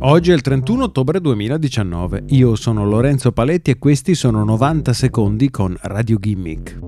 Oggi è il 31 ottobre 2019, io sono Lorenzo Paletti e questi sono 90 secondi con Radio Gimmick.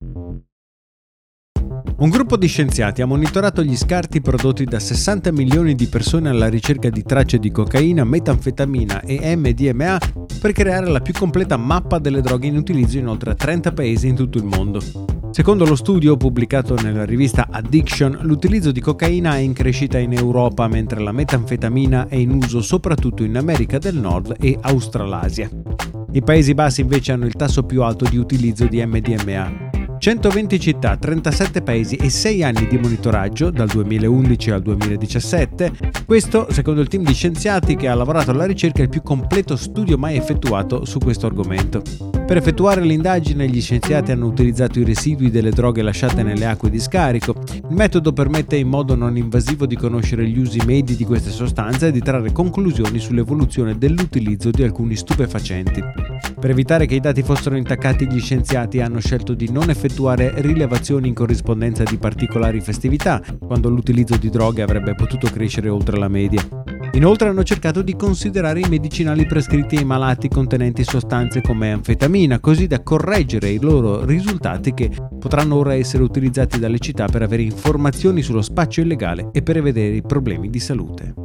Un gruppo di scienziati ha monitorato gli scarti prodotti da 60 milioni di persone alla ricerca di tracce di cocaina, metanfetamina e MDMA per creare la più completa mappa delle droghe in utilizzo in oltre 30 paesi in tutto il mondo. Secondo lo studio pubblicato nella rivista Addiction, l'utilizzo di cocaina è in crescita in Europa, mentre la metanfetamina è in uso soprattutto in America del Nord e Australasia. I Paesi Bassi invece hanno il tasso più alto di utilizzo di MDMA. 120 città, 37 paesi e 6 anni di monitoraggio, dal 2011 al 2017, questo secondo il team di scienziati che ha lavorato alla ricerca il più completo studio mai effettuato su questo argomento. Per effettuare l'indagine gli scienziati hanno utilizzato i residui delle droghe lasciate nelle acque di scarico. Il metodo permette in modo non invasivo di conoscere gli usi medi di queste sostanze e di trarre conclusioni sull'evoluzione dell'utilizzo di alcuni stupefacenti. Per evitare che i dati fossero intaccati, gli scienziati hanno scelto di non effettuare rilevazioni in corrispondenza di particolari festività, quando l'utilizzo di droghe avrebbe potuto crescere oltre la media. Inoltre hanno cercato di considerare i medicinali prescritti ai malati contenenti sostanze come anfetamina, così da correggere i loro risultati che potranno ora essere utilizzati dalle città per avere informazioni sullo spaccio illegale e prevedere i problemi di salute.